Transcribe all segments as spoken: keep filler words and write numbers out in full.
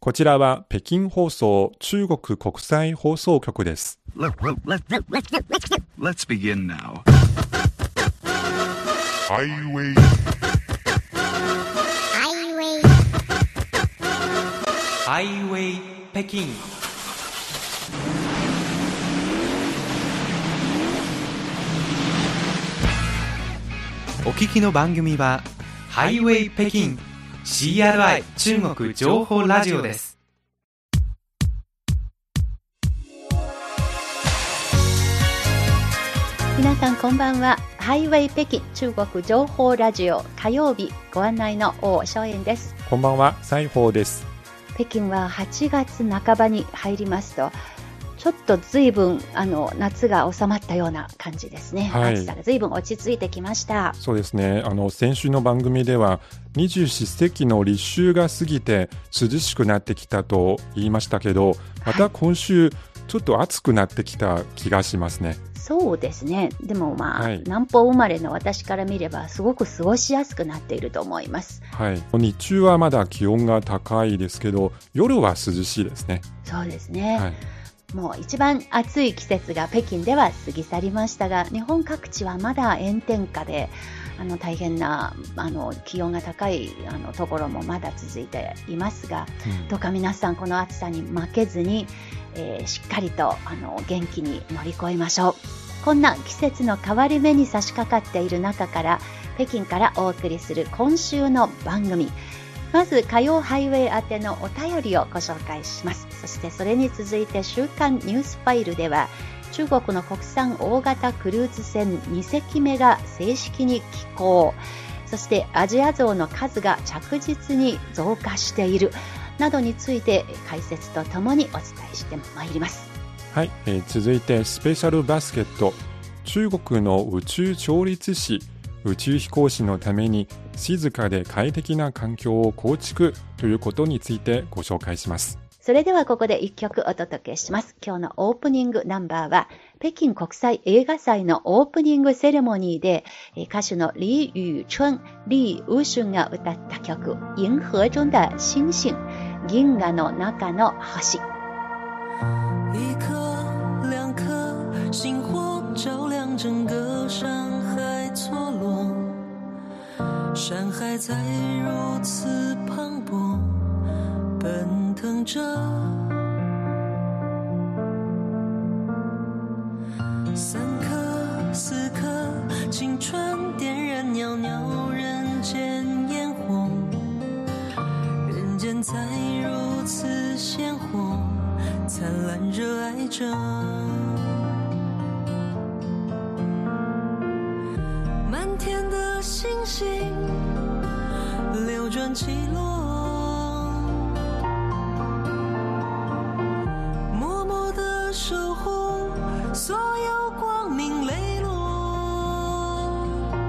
こちらは北京放送中国国際放送局です。 Let, let, let, let, let, let's begin now. Highway Highway Highway 北京。お聞きの番組はハイウェイ北京 シーアールアイ 中国情報ラジオです。 皆さんこんばんは。ハイウェイ北京中国情報ラジオ火曜日ご案内の王昭燕です。 こんばんは、西宝です。 北京ははちがつなかばに入りますと、ちょっと随分あの夏が収まったような感じですね、はい、暑さが随分落ち着いてきました。 そうですね、あの先週の番組では二十四節気の立秋が過ぎて涼しくなってきたと言いましたけど、また今週ちょっと暑くなってきた気がしますね、はい。 そうですね。でもまあ、はい、南方生まれの私から見ればすごく過ごしやすくなっていると思います、 はい、日中はまだ気温が高いですけど夜は涼しいですね。 そうですね、 はい、 もう一番暑い季節が北京では過ぎ去りましたが、日本各地はまだ炎天下であの大変なあの気温が高いあのところもまだ続いていますが、うん、どうか皆さんこの暑さに負けずに、えー、しっかりとあの元気に乗り越えましょう。こんな季節の変わり目に差し掛かっている中から北京からお送りする今週の番組、まず火曜ハイウェイ宛てのお便りをご紹介します。そしてそれに続いて週刊ニュースファイルでは中国の国産大型クルーズ船にせきめが正式に寄港、そしてアジアゾウの数が着実に増加しているなどについて解説とともにお伝えしてまいります。 はい、えー、続いてスペシャルバスケット、中国の宇宙調律師、宇宙飛行士のために静かで快適な環境を構築ということについてご紹介します。 それではここでいっきょくお届けします。今日のオープニングナンバーは北京国際映画祭のオープニングセレモニーで歌手の李宇春、李宇春が歌った曲、銀河中的星星、銀河の中の星。 一颗两颗星火照亮整个山海错落，山海在如此磅礴奔腾着，三颗四颗青春点燃袅袅人间烟火，人间在如此鲜活灿烂热爱着，满天的星星流转起落，默默地守护所有光明磊落，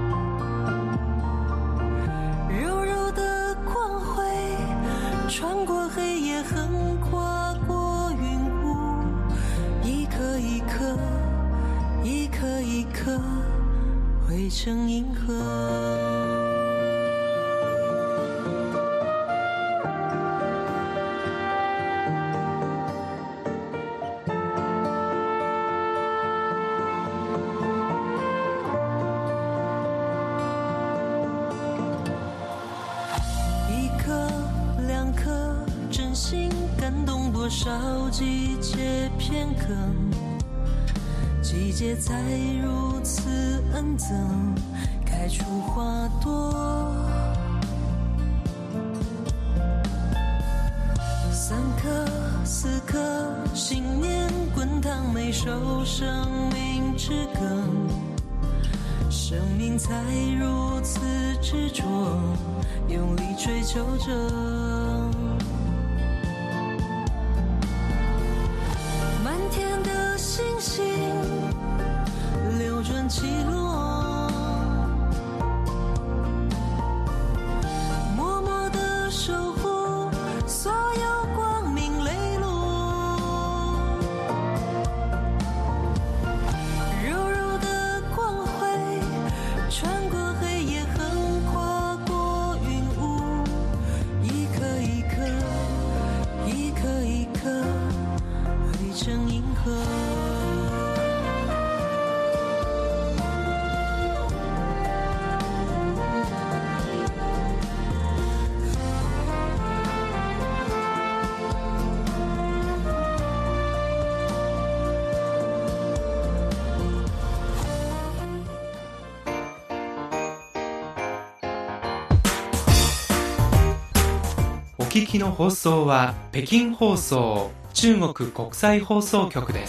柔柔的光辉穿过黑夜横跨过云雾，一颗一颗一颗一颗汇成银河。多少季节片刻，季节在如此恩泽开出花朵，三颗四颗信念滚烫每首生命之歌，生命才如此执着用力追求着，星星流转起落，默默地守护所有光明磊落，柔柔的光辉穿过黑夜横跨过云雾，一颗刻汇成银河。 お聞きの放送は北京放送中国国際放送局です。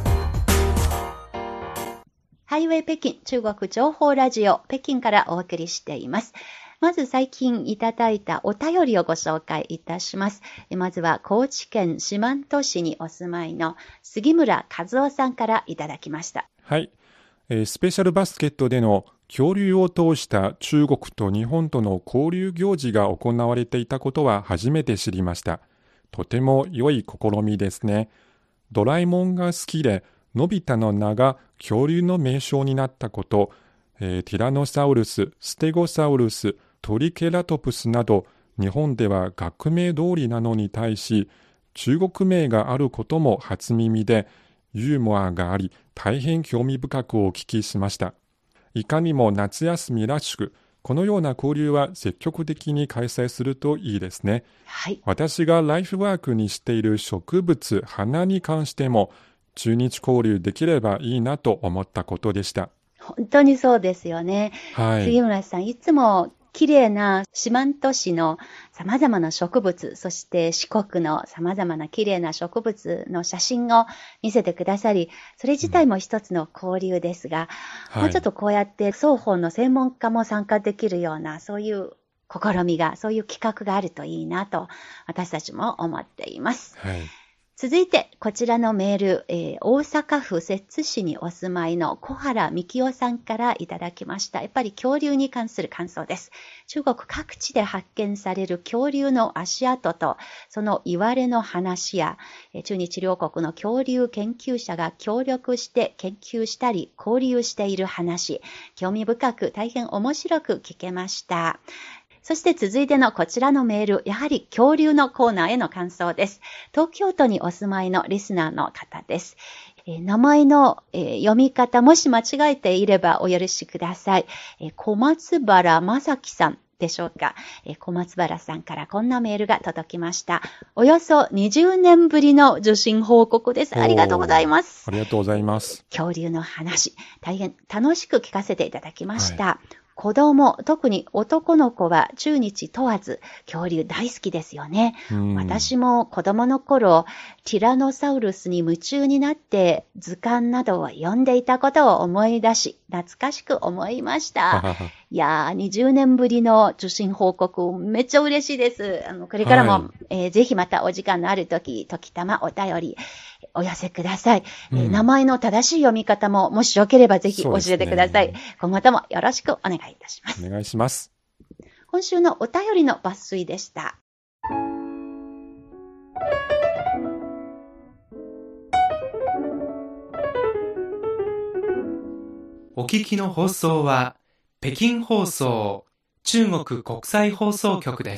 ハイウェイ北京中国情報ラジオ北京からお送りしています。まず最近いただいたお便りをご紹介いたします。まずは高知県四万十市にお住まいの杉村和夫さんからいただきました。 はい、えー、スペシャルバスケットでの恐竜を通した中国と日本との交流行事が行われていたことは初めて知りました。とても良い試みですね。ドラえもんが好きで、のび太の名が恐竜の名称になったこと、えー、ティラノサウルス、ステゴサウルス、トリケラトプスなど、日本では学名通りなのに対し、中国名があることも初耳で、ユーモアがあり、大変興味深くお聞きしました。いかにも夏休みらしく、このような交流は積極的に開催するといいですね。 はい、 私がライフワークにしている植物、花に関しても、中日交流できればいいなと思ったことでした。 本当にそうですよね。はい、杉村さん、いつも綺麗な四万十市の様々な植物、そして四国の様々な綺麗な植物の写真を見せてくださり、それ自体も一つの交流ですが、うん、もうちょっとこうやって双方の専門家も参加できるような、そういう試みが、そういう企画があるといいなと、私たちも思っています。 はい、 続いて、こちらのメール、えー、大阪府摂津市にお住まいの小原幹夫さんからいただきました。やっぱり恐竜に関する感想です。中国各地で発見される恐竜の足跡と、その言われの話や、えー、中日両国の恐竜研究者が協力して研究したり、交流している話、興味深く大変面白く聞けました。そして続いてのこちらのメール、やはり恐竜のコーナーへの感想です。東京都にお住まいのリスナーの方です。えー、名前の、えー、読み方、もし間違えていればお許しください。えー、小松原正樹さんでしょうか。えー、小松原さんからこんなメールが届きました。およそにじゅうねんぶりの受信報告です。ありがとうございます。 ありがとうございます。 恐竜の話、大変楽しく聞かせていただきました。はい、子供、特に男の子は中日問わず恐竜大好きですよね。私も子供の頃、ティラノサウルスに夢中になって図鑑などを読んでいたことを思い出し、懐かしく思いました。いやー、にじゅうねんぶりの受信報告、めっちゃ嬉しいです。あの、これからも、はい、えー、ぜひまたお時間のあるとき、時たまお便りお寄せください、うん、えー。名前の正しい読み方も、もしよければぜひ教えてください。ね、今後ともよろしくお願いいたします。 お願いします。 今週のお便りの抜粋でした。 お聞きの放送は北京放送中国国際放送局です。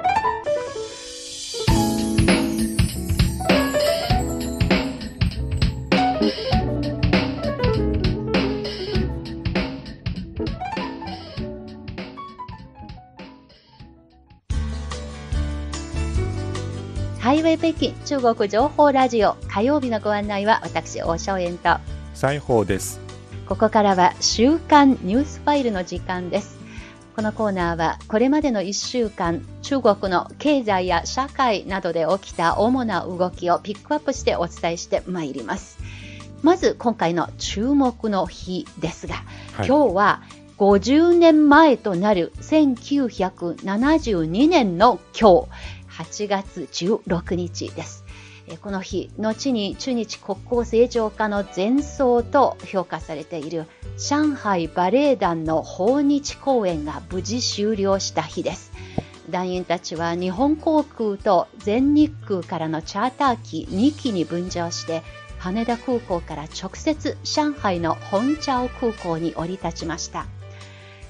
ハイウェイ北京中国情報ラジオ、火曜日のご案内は私大正円と西宝です。 ここからは週刊ニュースファイルの時間です。このコーナーはこれまでのいっしゅうかん、中国の経済や社会などで起きた主な動きをピックアップしてお伝えしてまいります。まず今回の注目の日ですが、はい、今日はごじゅうねんまえとなるせんきゅうひゃくななじゅうにねんの今日、はちがつじゅうろくにちです。この日、後に中日国交正常化の前奏と評価されている上海バレエ団の訪日公演が無事終了した日です。団員たちは日本航空と全日空からのチャーター機にきに分乗して羽田空港から直接上海の本茶空港に降り立ちました。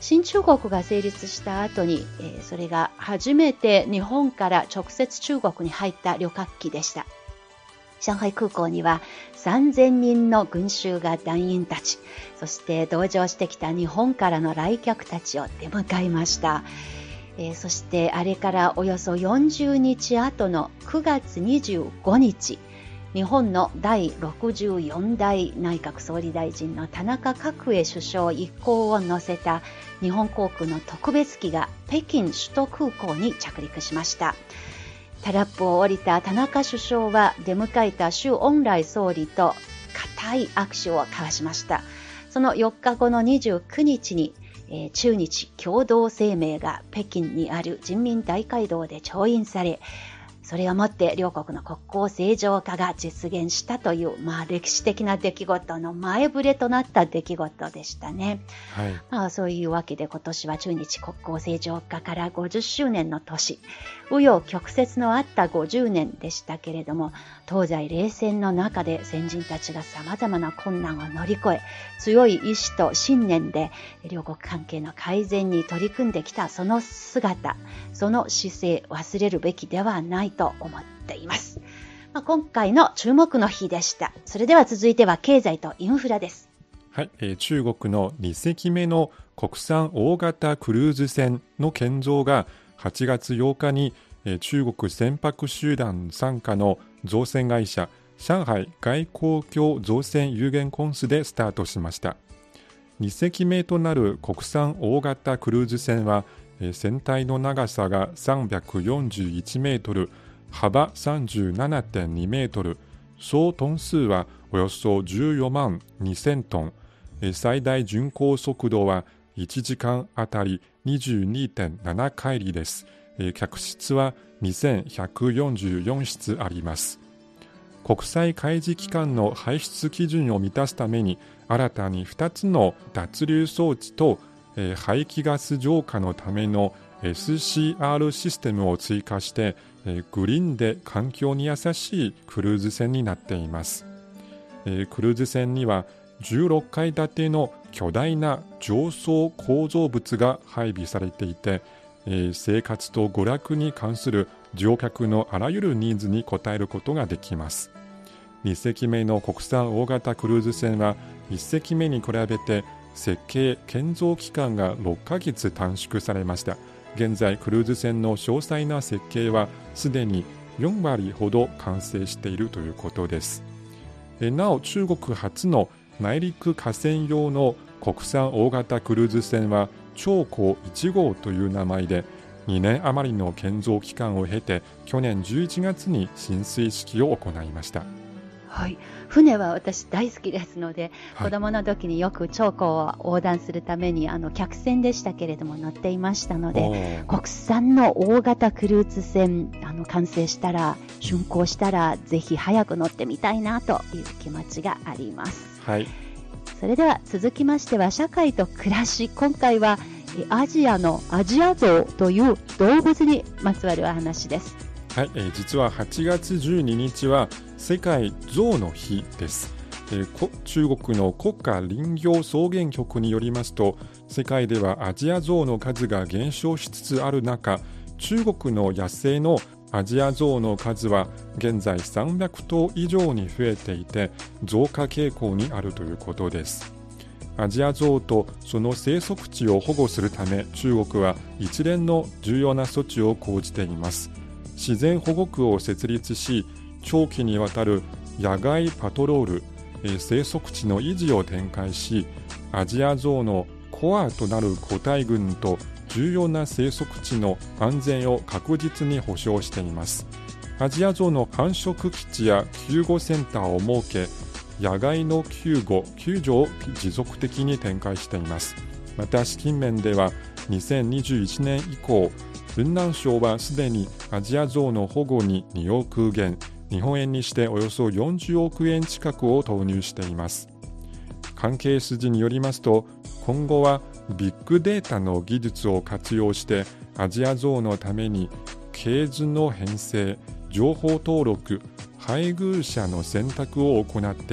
新中国が成立した後に、えー、それが初めて日本から直接中国に入った旅客機でした。上海空港にはさんぜんにんの群衆が団員たち、そして同乗してきた日本からの来客たちを出迎えました。えー、そしてあれからおよそよんじゅうにち後のくがつにじゅうごにち、日本のだいろくじゅうよんだい内閣総理大臣の田中角栄首相一行を乗せた日本航空の特別機が北京首都空港に着陸しました。タラップを降りた田中首相は出迎えた周恩来総理と固い握手を交わしました。そのよっかごのにじゅうくにちに、えー、中日共同声明が北京にある人民大会堂で調印され、それをもって両国の国交正常化が実現したという、まあ、歴史的な出来事の前触れとなった出来事でしたね。はい、まあ、そういうわけで今年は中日国交正常化からごじゅっしゅうねんの年、紆余曲折のあったごじゅうねんでしたけれども、東西冷戦の中で先人たちが様々な困難を乗り越え、強い意志と信念で両国関係の改善に取り組んできたその姿、その姿勢、忘れるべきではないと思っています。まあ、今回の注目の日でした。それでは続いては経済とインフラです。 はい、えー、中国のにせきめの国産大型クルーズ船の建造がはちがつようかに、えー、中国船舶集団傘下の造船会社上海外公共造船有限公司でスタートしました。にせきめとなる国産大型クルーズ船は、えー、船体の長さがさんびゃくよんじゅういちメートル、幅 さんじゅうななてんにメートル、総トン数はおよそじゅうよんまんにせんトン、えー、最大巡航速度はいちじかんあたり にじゅうにてんなな 海里です。えー、客室はにせんひゃくよんじゅうよんしつあります。国際海事機関の排出基準を満たすために新たにふたつの脱硫装置と、えー、排気ガス浄化のための エスシーアール システムを追加して、えー、グリーンで環境に優しいクルーズ船になっています。えー、クルーズ船にはじゅうろっかい建ての巨大な上層構造物が配備されていて、えー、生活と娯楽に関する乗客のあらゆるニーズに応えることができます。にせきめの国産大型クルーズ船はいっせきめに比べて設計・建造期間がろっかげつ短縮されました。現在クルーズ船の詳細な設計はすでによんわりほど完成しているということです。えー、なお中国初の内陸河川用の国産大型クルーズ船は長江いちごうという名前でにねん余りの建造期間を経て去年じゅういちがつに進水式を行いました。 はい、船は私大好きですので、はい、子供の時によく長江を横断するためにあの客船でしたけれども乗っていましたので、国産の大型クルーズ船あの完成したら竣工したらぜひ早く乗ってみたいなという気持ちがあります。はい、それでは続きましては社会と暮らし、今回はアジアのアジアゾウという動物にまつわる話です。 はい、えー、実ははちがつじゅうににちは世界ゾウの日です。えー、中国の国家林業草原局によりますと、世界ではアジアゾウの数が減少しつつある中、中国の野生のアジアゾウの数は現在さんびゃくとう以上に増えていて増加傾向にあるということです。アジアゾウとその生息地を保護するため中国は一連の重要な措置を講じています。自然保護区を設立し、長期にわたる野外パトロール、生息地の維持を展開し、アジアゾウのコアとなる個体群と重要な生息地の安全を確実に保障しています。アジアゾウの繁殖基地や救護センターを設け、野外の救護・救助を持続的に展開しています。また資金面ではにせんにじゅういちねん以降、雲南省はすでにアジアゾウの保護ににおくげん、日本円にしておよそよんじゅうおくえん近くを投入しています。関係筋によりますと、今後はビッグデータの技術を活用してアジアゾウのために系図の編成、情報登録、配偶者の選択を行って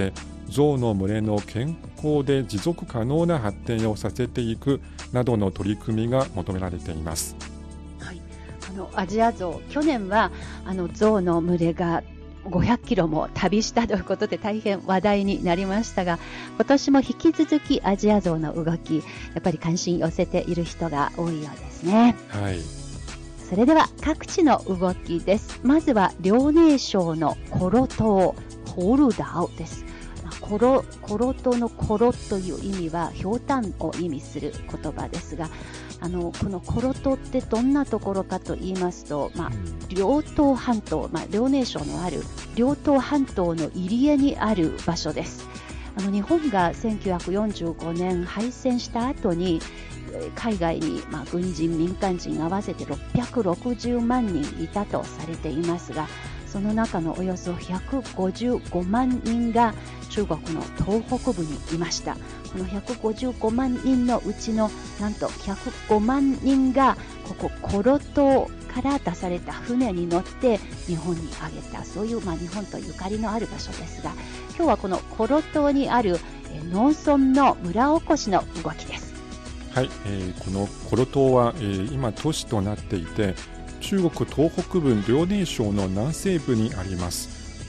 象の群れの健康で持続可能な発展をさせていくなどの取り組みが求められています。 はい、あのアジアゾウ、去年はあの象の群れがごひゃくキロも旅したということで大変話題になりましたが、今年も引き続きアジアゾウの動き、やっぱり関心寄せている人が多いようですね。 はい、 それでは各地の動きです。まずは遼寧省のコロ島ホルダオです。コロ、コロ島のコロという意味はひょうたんを意味する言葉ですが、あのこのコロ島ってどんなところかと言いますと、まあ、遼東半島、まあ、遼寧省のある遼東半島の入り江にある場所です。あの日本がせんきゅうひゃくよんじゅうごねん敗戦した後に海外に、まあ、軍人民間人合わせてろっぴゃくろくじゅうまんにんいたとされていますが、その中のおよそひゃくごじゅうごまんにんが中国の東北部にいました。このひゃくごじゅうごまんにんのうちのなんとひゃくごまんにんがここコロ島から出された船に乗って日本にあげた、そういう、まあ、日本とゆかりのある場所ですが、今日はこのコロ島にあるえ農村の村おこしの動きです。 はい、えー、このコロ島は、えー、今都市となっていて、中国東北部遼寧省の南西部にあります。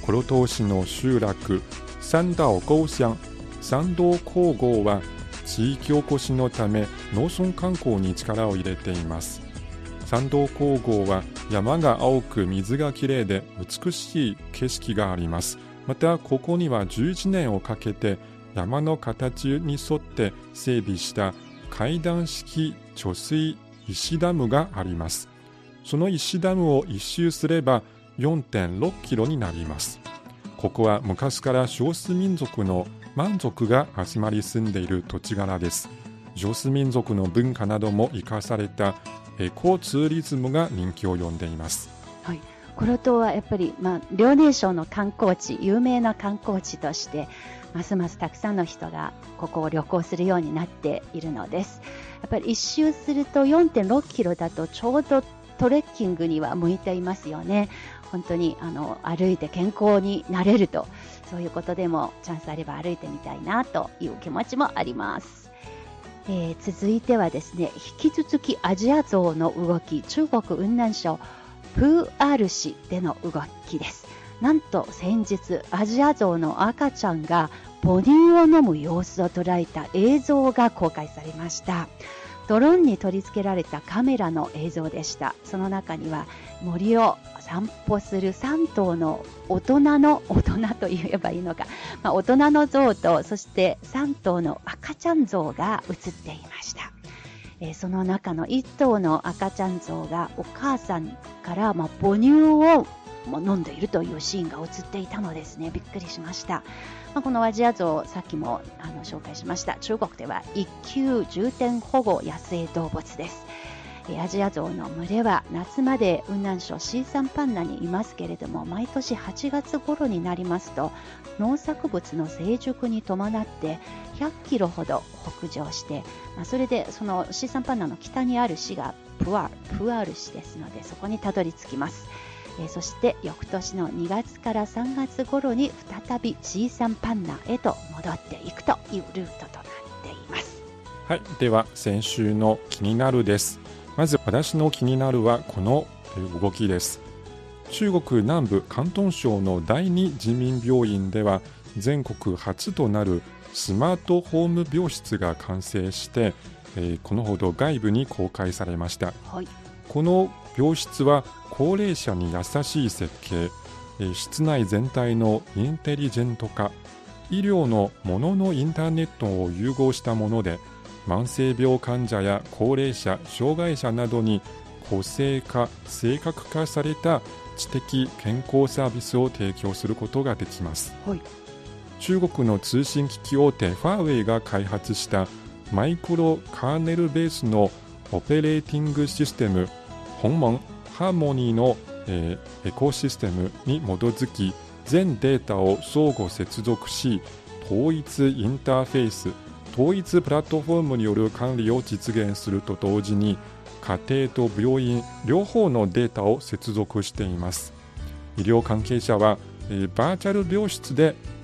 コロ島市の集落三道溝乡三道溝郷は地域おこしのため農村観光に力を入れています。三道溝郷は山が青く水がきれいで美しい景色があります。またここにはじゅういちねんをかけて山の形に沿って整備した階段式貯水石ダムがあります。その石ダムを一周すれば よんてんろっキロになります。ここは昔から少数民族の満族が集まり住んでいる土地柄です。少数民族の文化なども生かされたエコツーリズムが人気を呼んでいます。 はい、コロ島はやっぱり、まあ、遼寧省の観光地、有名な観光地としてますますたくさんの人がここを旅行するようになっているのです。やっぱり一周すると よんてんろっキロだとちょうどトレッキングには向いていますよね。本当にあの歩いて健康になれると、そういうことでもチャンスあれば歩いてみたいなという気持ちもあります。えー、続いてはですね、引き続きアジアゾウの動き、中国雲南省プーアール市での動きです。なんと先日アジアゾウの赤ちゃんが母乳を飲む様子を捉えた映像が公開されました。ドローンに取り付けられたカメラの映像でした。その中には森を散歩するさん頭の大人の大人と言えばいいのか、まあ、大人の象とそしてさん頭の赤ちゃん象が映っていました。えー、その中のいっ頭の赤ちゃん象がお母さんから、まあ、母乳を飲んでいるというシーンが映っていたのですね。びっくりしました。まあ、このアジアゾウ、さっきもあの紹介しました、中国では一級重点保護野生動物です。アジアゾウの群れは夏まで雲南省シーサンパンナにいますけれども、毎年はちがつ頃になりますと農作物の成熟に伴ってひゃっキロほど北上して、まあ、それでそのシーサンパンナの北にある市がプアール、プアール市ですので、そこにたどり着きます。えー、そして翌年のにがつからさんがつ頃に再びシーサンパンナへと戻っていくというルートとなっています。 はい、では先週の気になるです。まず私の気になるはこの動きです。中国南部広東省の第二人民病院では全国初となるスマートホーム病室が完成して、えー、このほど外部に公開されました。はい、この病室は高齢者に優しい設計、えー、室内全体のインテリジェント化、医療のもののインターネットを融合したもので、慢性病患者や高齢者、障害者などに個性化、正確化された知的健康サービスを提供することができます。はい、中国の通信機器大手ファーウェイが開発したマイクロカーネルベースのオペレーティングシステムホンモンハーモニーの、えー、エコシステムに基づき、全データを相互接続し、統一インターフェース、統一プラットフォームによる管理を実現すると同時に、家庭と病院両方のデータを接続しています。医療関係者は、えー、バーチャル病室で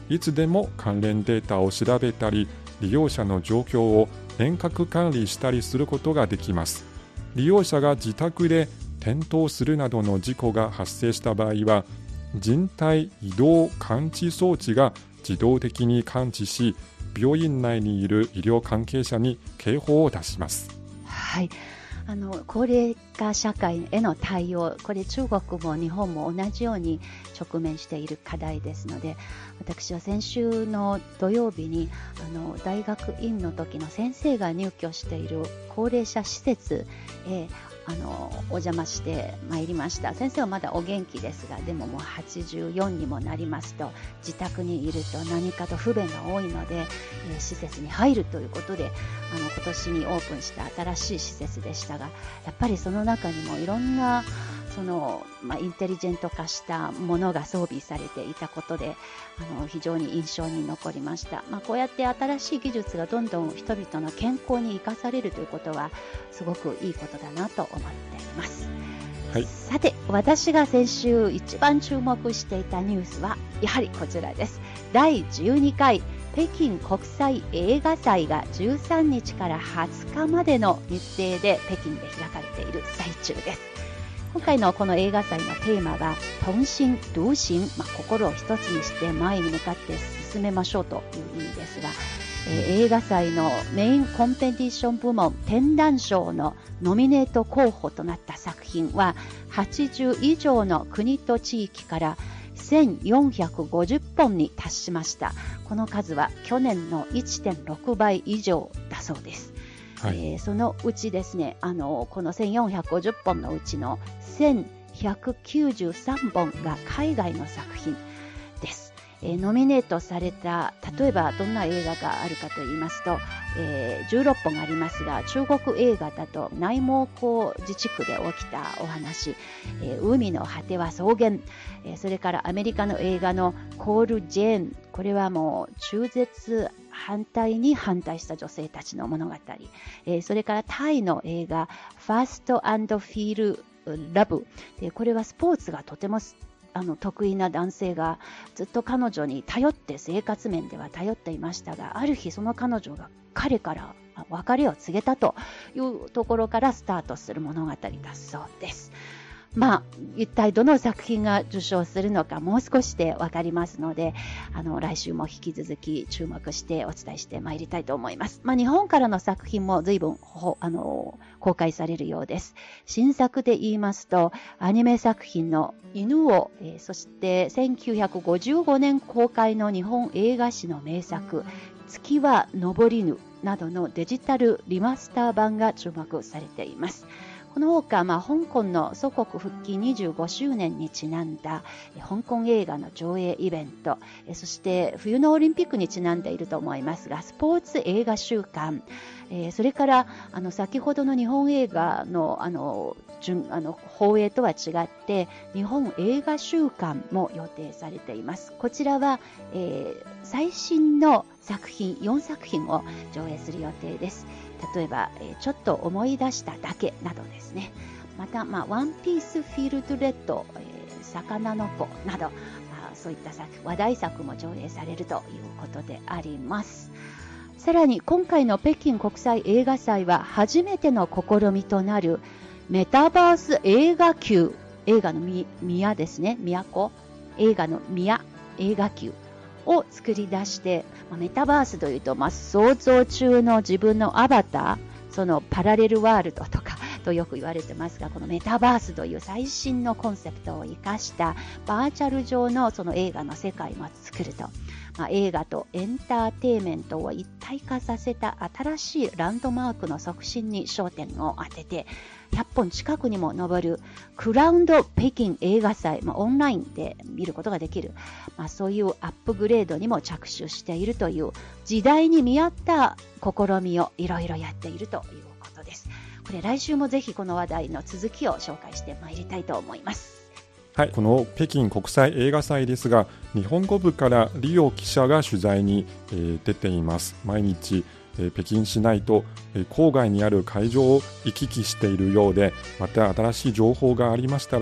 いつでも関連データを調べたり、利用者の状況を遠隔管理したりすることができます。利用者が自宅で転倒するなどの事故が発生した場合は、人体移動感知装置が自動的に感知し、病院内にいる医療関係者に警報を出します。 はい、あの高齢化社会への対応、これ中国も日本も同じように直面している課題ですので、私は先週の土曜日にあの大学院の時の先生が入居している高齢者施設へあのお邪魔してまいりました。先生はまだお元気ですが、でももうはちじゅうよんにもなりますと、自宅にいると何かと不便が多いので、えー、施設に入るということで、あの今年にオープンした新しい施設でしたが、やっぱりその中にもいろんなその、まあ、インテリジェント化したものが装備されていたことで、あの非常に印象に残りました。まあ、こうやって新しい技術がどんどん人々の健康に生かされるということはすごくいいことだなと思っています。はい、さて、私が先週一番注目していたニュースはやはりこちらです。だいじゅうにかい北京国際映画祭がじゅうさんにちからはつかまでの日程で北京で開かれている最中です。今回のこの映画祭のテーマが同心同心、まあ、心を一つにして前に向かって進めましょうという意味ですが、えー、映画祭のメインコンペティション部門天壇賞のノミネート候補となった作品ははちじゅういじょうの国と地域からせんよんひゃくごじゅっぽんに達しました。この数は去年の いってんろくばい以上だそうです。はい、えー、そのうちですね、あのこのせんよんひゃくごじゅっぽんのうちのせんひゃくきゅうじゅうさんぼんが海外の作品です。えー、ノミネートされた、例えばどんな映画があるかと言いますと、えー、じゅうろっぽんありますが、中国映画だと内蒙古自治区で起きたお話、えー、海の果ては草原、えー、それからアメリカの映画のコール・ジェーン、これはもう中絶反対に反対した女性たちの物語、えー、それからタイの映画ファースト&フィール・ラブ、これはスポーツがとてもあの得意な男性がずっと彼女に頼って生活面では頼っていましたが、ある日その彼女が彼から別れを告げたというところからスタートする物語だそうです。まあ、一体どの作品が受賞するのかもう少しで分かりますので、あの来週も引き続き注目してお伝えしてまいりたいと思います。まあ、日本からの作品も随分あの公開されるようです。新作で言いますと、アニメ作品の犬王、えー、そしてせんきゅうひゃくごじゅうごねん公開の日本映画史の名作月は昇りぬなどのデジタルリマスター版が注目されています。このほか、まあ、香港の祖国復帰にじゅうごしゅうねんにちなんだ香港映画の上映イベント、そして冬のオリンピックにちなんでいると思いますが、スポーツ映画週間、えー、それからあの先ほどの日本映画のあの順あの放映とは違って日本映画週間も予定されています。こちらは、えー、最新の作品よんさくひんを上映する予定です。例えば、えー、ちょっと思い出しただけなどですね。また、まあ、ワンピースフィールドレッド、えー、魚の子など、まあ、そういった作話題作も上映されるということであります。さらに今回の北京国際映画祭は初めての試みとなるメタバース映画宮、映画の宮ですね、都、映画の宮、映画宮を作り出して、メタバースというと、まあ、想像中の自分のアバター、そのパラレルワールドとかとよく言われてますが、このメタバースという最新のコンセプトを生かしたバーチャル上のその映画の世界も作ると、まあ、映画とエンターテイメントを一体化させた新しいランドマークの促進に焦点を当てて、ひゃっぽん近くにも上るクラウンド北京映画祭、まあ、オンラインで見ることができる、まあ、そういうアップグレードにも着手しているという時代に見合った試みをいろいろやっているということです。これ来週もぜひこの話題の続きを紹介してまいりたいと思います。 はい、この北京国際映画祭ですが、日本語部からリオ記者が取材に、えー、出ています。毎日、えー、北京市内と、えー、郊外にある会場を行き来しているようで、また新しい情報がありましたら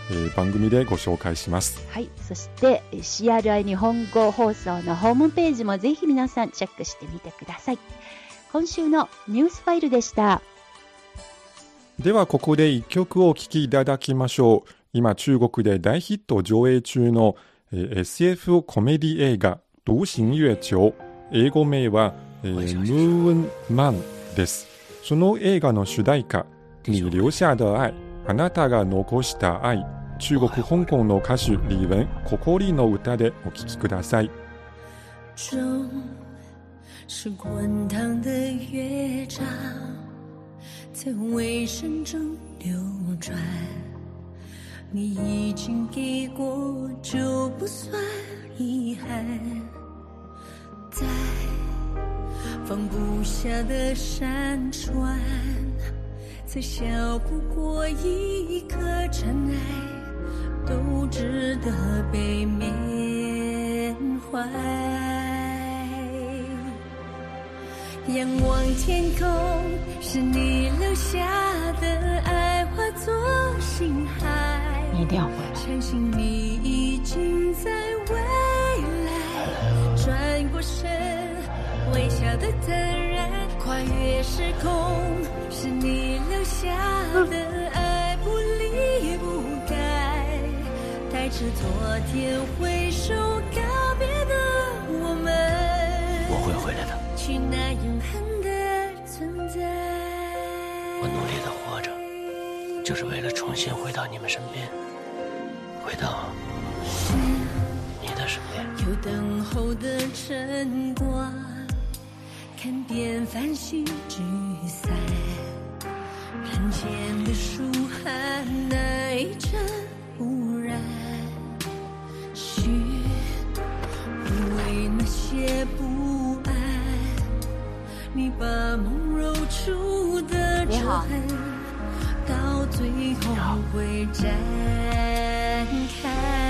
えー、番組でご紹介します。 はい、そして シーアールアイ 日本語放送のホームページもぜひ皆さんチェックしてみてください。今週のニュースファイルでした。 ではここで一曲をお聴きいただきましょう。今中国で大ヒット上映中の、えー、エスエフ コメディ映画独行月球、英語名は、えー、ムーンマンです。その映画の主題歌に留下的愛、あなたが残した愛、中国香港の歌手李玟、ココリの歌でお聴きください。 正是滚烫的乐章在微声中流转，你已经给过就不算遗憾，在放不下的山川再小不过一颗尘埃，都值得被缅怀。仰望天空，是你留下的爱化作星海， 你一定要回来， 相信你已经在未来转过身，微笑的坦然，跨越时空，是你留下的爱不离不改，带着昨天挥手告别的我们， 我会回来的， 去那永恒的存在。 我努力的活着，就是为了重新回到你们身边，回到你的身边。 有等候的晨光，看遍繁星聚散，人间的疏寒那一阵污染，许不为那些不安，你把梦揉出的皱痕，到最后会展开。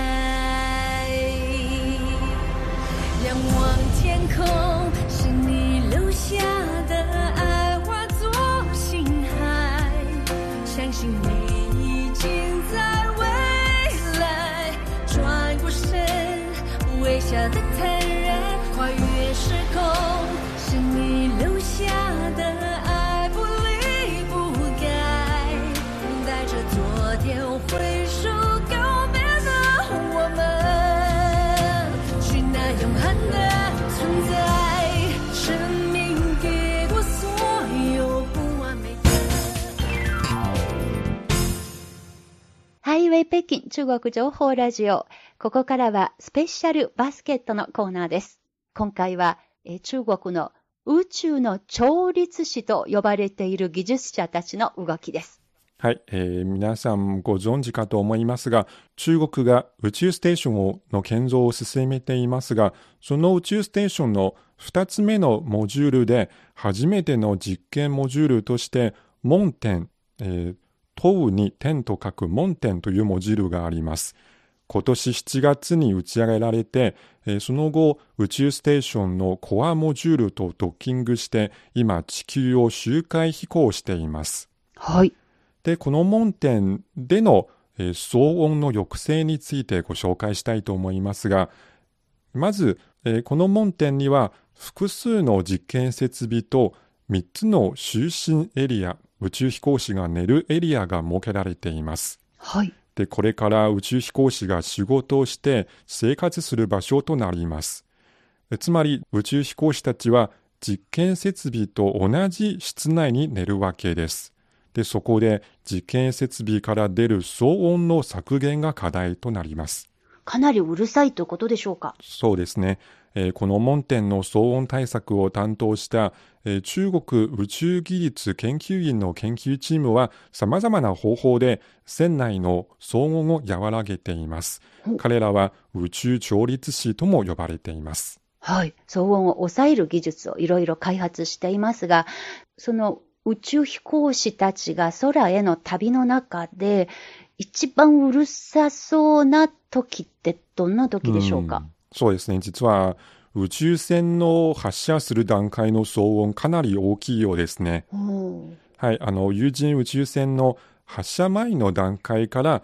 仰望天空，是你留下的爱化作星海，相信你已经在未来转过身，微笑的坦然，跨越时空，是你留下的爱不离不改，带着昨天挥手告别的我们，去那永恒的存在，生命给过所有不完美的。 ハイウェイ北京中国情報ラジオ。ここからはスペシャルバスケットのコーナーです。今回はえ中国の宇宙の調律師と呼ばれている技術者たちの動きです。 はい、えー、皆さんご存知かと思いますが、中国が宇宙ステーションの建造を進めていますが、その宇宙ステーションのふたつめのモジュールで初めての実験モジュールとして問天、えー、問うに天と書く問天というモジュールがあります。今年しちがつに打ち上げられて、えー、その後宇宙ステーションのコアモジュールとドッキングして今地球を周回飛行しています。 はい。 で、この問天での、えー、騒音の抑制についてご紹介したいと思いますが、まず、えー、この問天には複数の実験設備とみっつの就寝エリア、宇宙飛行士が寝るエリアが設けられています。 はい。 で、これから宇宙飛行士が仕事をして生活する場所となります。つまり宇宙飛行士たちは実験設備と同じ室内に寝るわけです。で、そこで実験設備から出る騒音の削減が課題となります。 かなりうるさいということでしょうか。 そうですね。えー、この問天の騒音対策を担当した、えー、中国宇宙技術研究院の研究チームは様々な方法で船内の騒音を和らげています。彼らは宇宙調律師とも呼ばれています。 はい。騒音を抑える技術をいろいろ開発していますが、その宇宙飛行士たちが空への旅の中で一番うるさそうな時ってどんな時でしょうか。うん、 そうですね。実は宇宙船の発射する段階の騒音かなり大きいようですね。はい、あの有人宇宙船の発射前の段階から、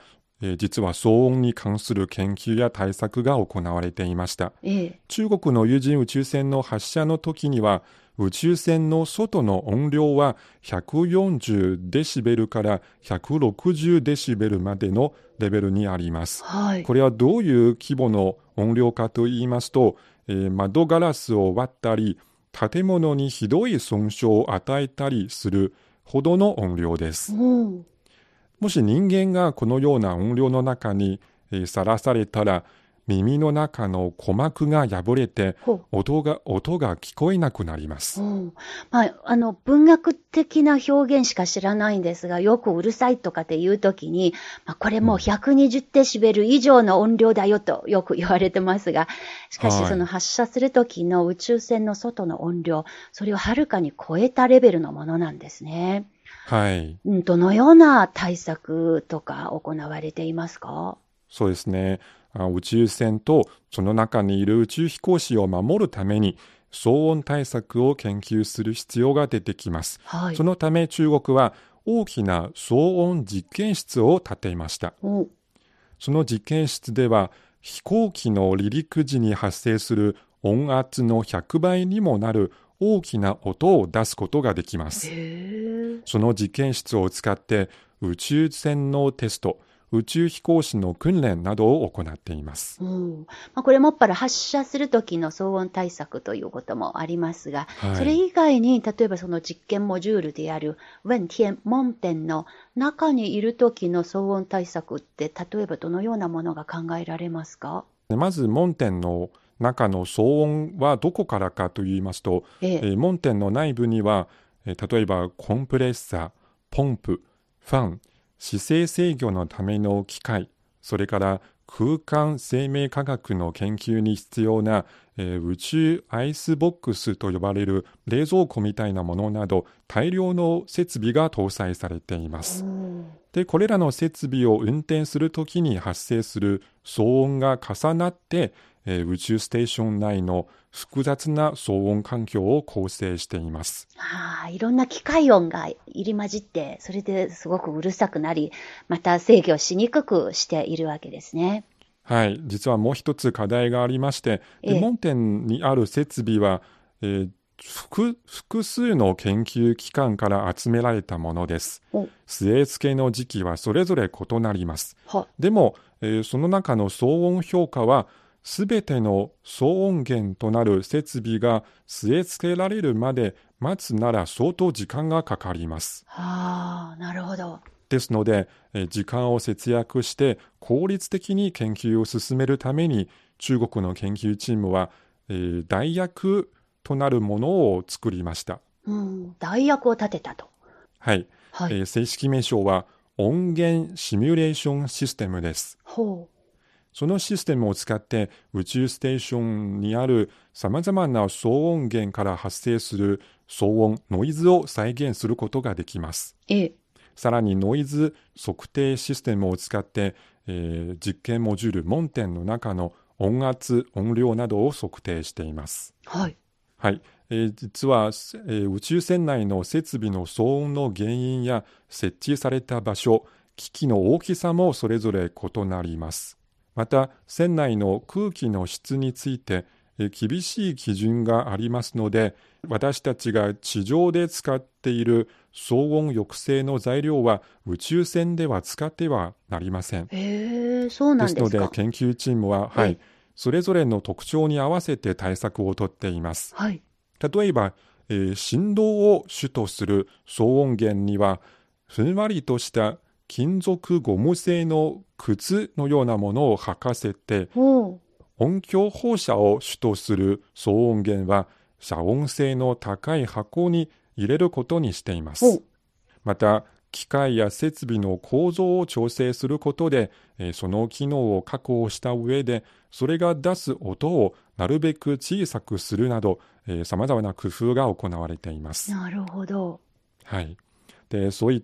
えー、実は騒音に関する研究や対策が行われていました。 ええ、 中国の有人宇宙船の発射の時には、宇宙船の外の音量はひゃくよんじゅうデシベルからひゃくろくじゅうデシベルまでのレベルにあります。 はい、 これはどういう規模の音量かと言いますと、えー、窓ガラスを割ったり、建物にひどい損傷を与えたりするほどの音量です。 うん、 もし人間がこのような音量の中にさらされたら、耳の中の鼓膜が破れて音が、音が聞こえなくなります。 うんまあ、あの文学的な表現しか知らないんですが、よくうるさいとかっていうときに、まあ、これもうひゃくにじゅうデシベル以上の音量だよとよく言われてますが、しかしその発射するときの宇宙船の外の音量、それをはるかに超えたレベルのものなんですね。 はい。 どのような対策とか行われていますか？ そうですね。宇宙船とその中にいる宇宙飛行士を守るために騒音対策を研究する必要が出てきます。 はい、 そのため中国は大きな騒音実験室を建てました。その実験室では飛行機の離陸時に発生する音圧のひゃくばいにもなる大きな音を出すことができます。その実験室を使って宇宙船のテスト、宇宙飛行士の訓練などを行っています。 うんまあ、これもっぱら発射するときの騒音対策ということもありますが、はい、それ以外に例えばその実験モジュールである問天門天の中にいるときの騒音対策って例えばどのようなものが考えられますか？ まず門天の中の騒音はどこからかといいますと、えええー、門天の内部には、えー、例えばコンプレッサー、ポンプ、ファン、姿勢制御のための機械、それから空間生命科学の研究に必要な、えー、宇宙アイスボックスと呼ばれる冷蔵庫みたいなものなど大量の設備が搭載されています。で、これらの設備を運転するときに発生する騒音が重なって、えー、宇宙ステーション内の複雑な騒音環境を構成しています。 ああ、いろんな機械音が入り混じって、それですごくうるさくなり、また制御しにくくしているわけですね。 はい、実はもう一つ課題がありまして、で門天にある設備は、えー、複, 複数の研究機関から集められたものです。据え付けの時期はそれぞれ異なります。でも、えー、その中の騒音評価はすべての騒音源となる設備が据え付けられるまで待つなら相当時間がかかります。 はあ、なるほど。 ですので、え時間を節約して効率的に研究を進めるために中国の研究チームは、えー、代役となるものを作りました。 うん、代役を立てたと。 はい、はい、えー、正式名称は音源シミュレーションシステムです。 ほう。 そのシステムを使って宇宙ステーションにあるさまざまな騒音源から発生する騒音、ノイズを再現することができます。 ええ、 さらにノイズ測定システムを使って、えー、実験モジュール門天の中の音圧、音量などを測定しています。 はい。 はい。えー、実は、えー、宇宙船内の設備の騒音の原因や設置された場所、機器の大きさもそれぞれ異なります。また、船内の空気の質について、えー、厳しい基準がありますので、私たちが地上で使っている騒音抑制の材料は宇宙船では使ってはなりません。 へー、そうなんですか。 ですので研究チームは、はい、それぞれの特徴に合わせて対策をとっています。 はい、 例えば、えー、振動を主とする騒音源にはふんわりとした金属ゴム製の靴のようなものを履かせて、音響放射を主とする騒音源は遮音性の高い箱に入れることにしています。また、機械や設備の構造を調整することで、えー、その機能を確保した上で、それが出す音をなるべく小さくするなど、さまざまな工夫が行われています。 なるほど。 はい。で、そういった、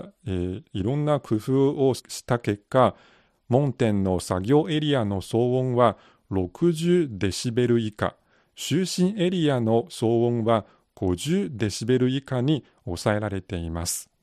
えー、いろんな工夫をした結果、門天の作業エリアの騒音はろくじゅうデシベル以下、就寝エリアの騒音はごじゅうデシベル以下に抑えられています。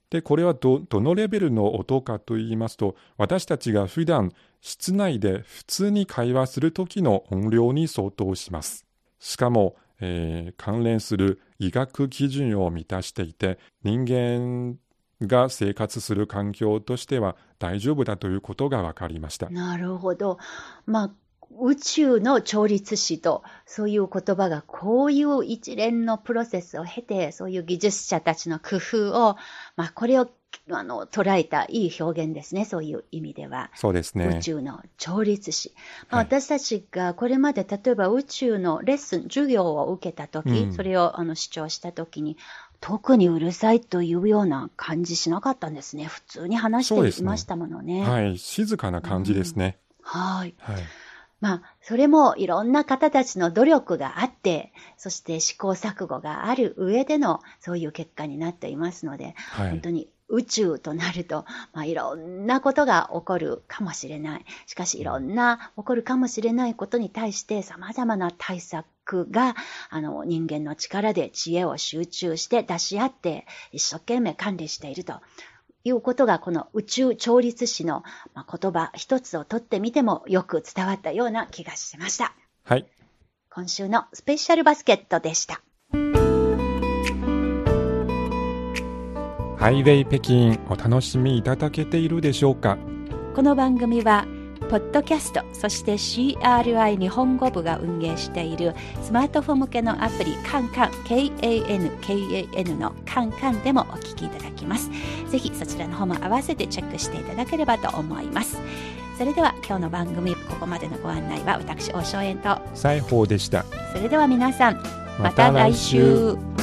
で、これは ど, どのレベルの音かと言いますと、私たちが普段室内で普通に会話するときの音量に相当します。しかも、えー、関連する医学基準を満たしていて、人間が生活する環境としては大丈夫だということが分かりました。 なるほど。まあ、宇宙の調律師とそういう言葉がこういう一連のプロセスを経て、そういう技術者たちの工夫を、まあ、これをあの捉えたいい表現ですね。そういう意味では。 そうですね。 宇宙の調律師。まあ、私たちがこれまで例えば宇宙のレッスン、授業を受けたとき、うん、それをあの主張したときに、特にうるさいというような感じしなかったんですね。普通に話していましたものね。 はい、静かな感じですね。 うん、はい。 はい。 まあ、それもいろんな方たちの努力があって、そして試行錯誤がある上でのそういう結果になっていますので、はい、本当に宇宙となると、まあ、いろんなことが起こるかもしれない。しかしいろんな起こるかもしれないことに対して様々な対策があの人間の力で知恵を集中して出し合って一生懸命管理しているということが、この宇宙調律師の言葉一つを取ってみてもよく伝わったような気がしました。 はい。 今週のスペシャルバスケットでした。 ハイウェイ北京、お楽しみいただけているでしょうか。 この番組はポッドキャスト、そして シーアールアイ 日本語部が運営しているスマートフォン向けのアプリカンカン ケーエーエヌケーエーエヌ のカンカンでもお聞きいただきます。ぜひそちらの方も合わせてチェックしていただければと思います。それでは今日の番組、ここまでのご案内は私大正円と西宝でした。 それでは皆さん、また来週。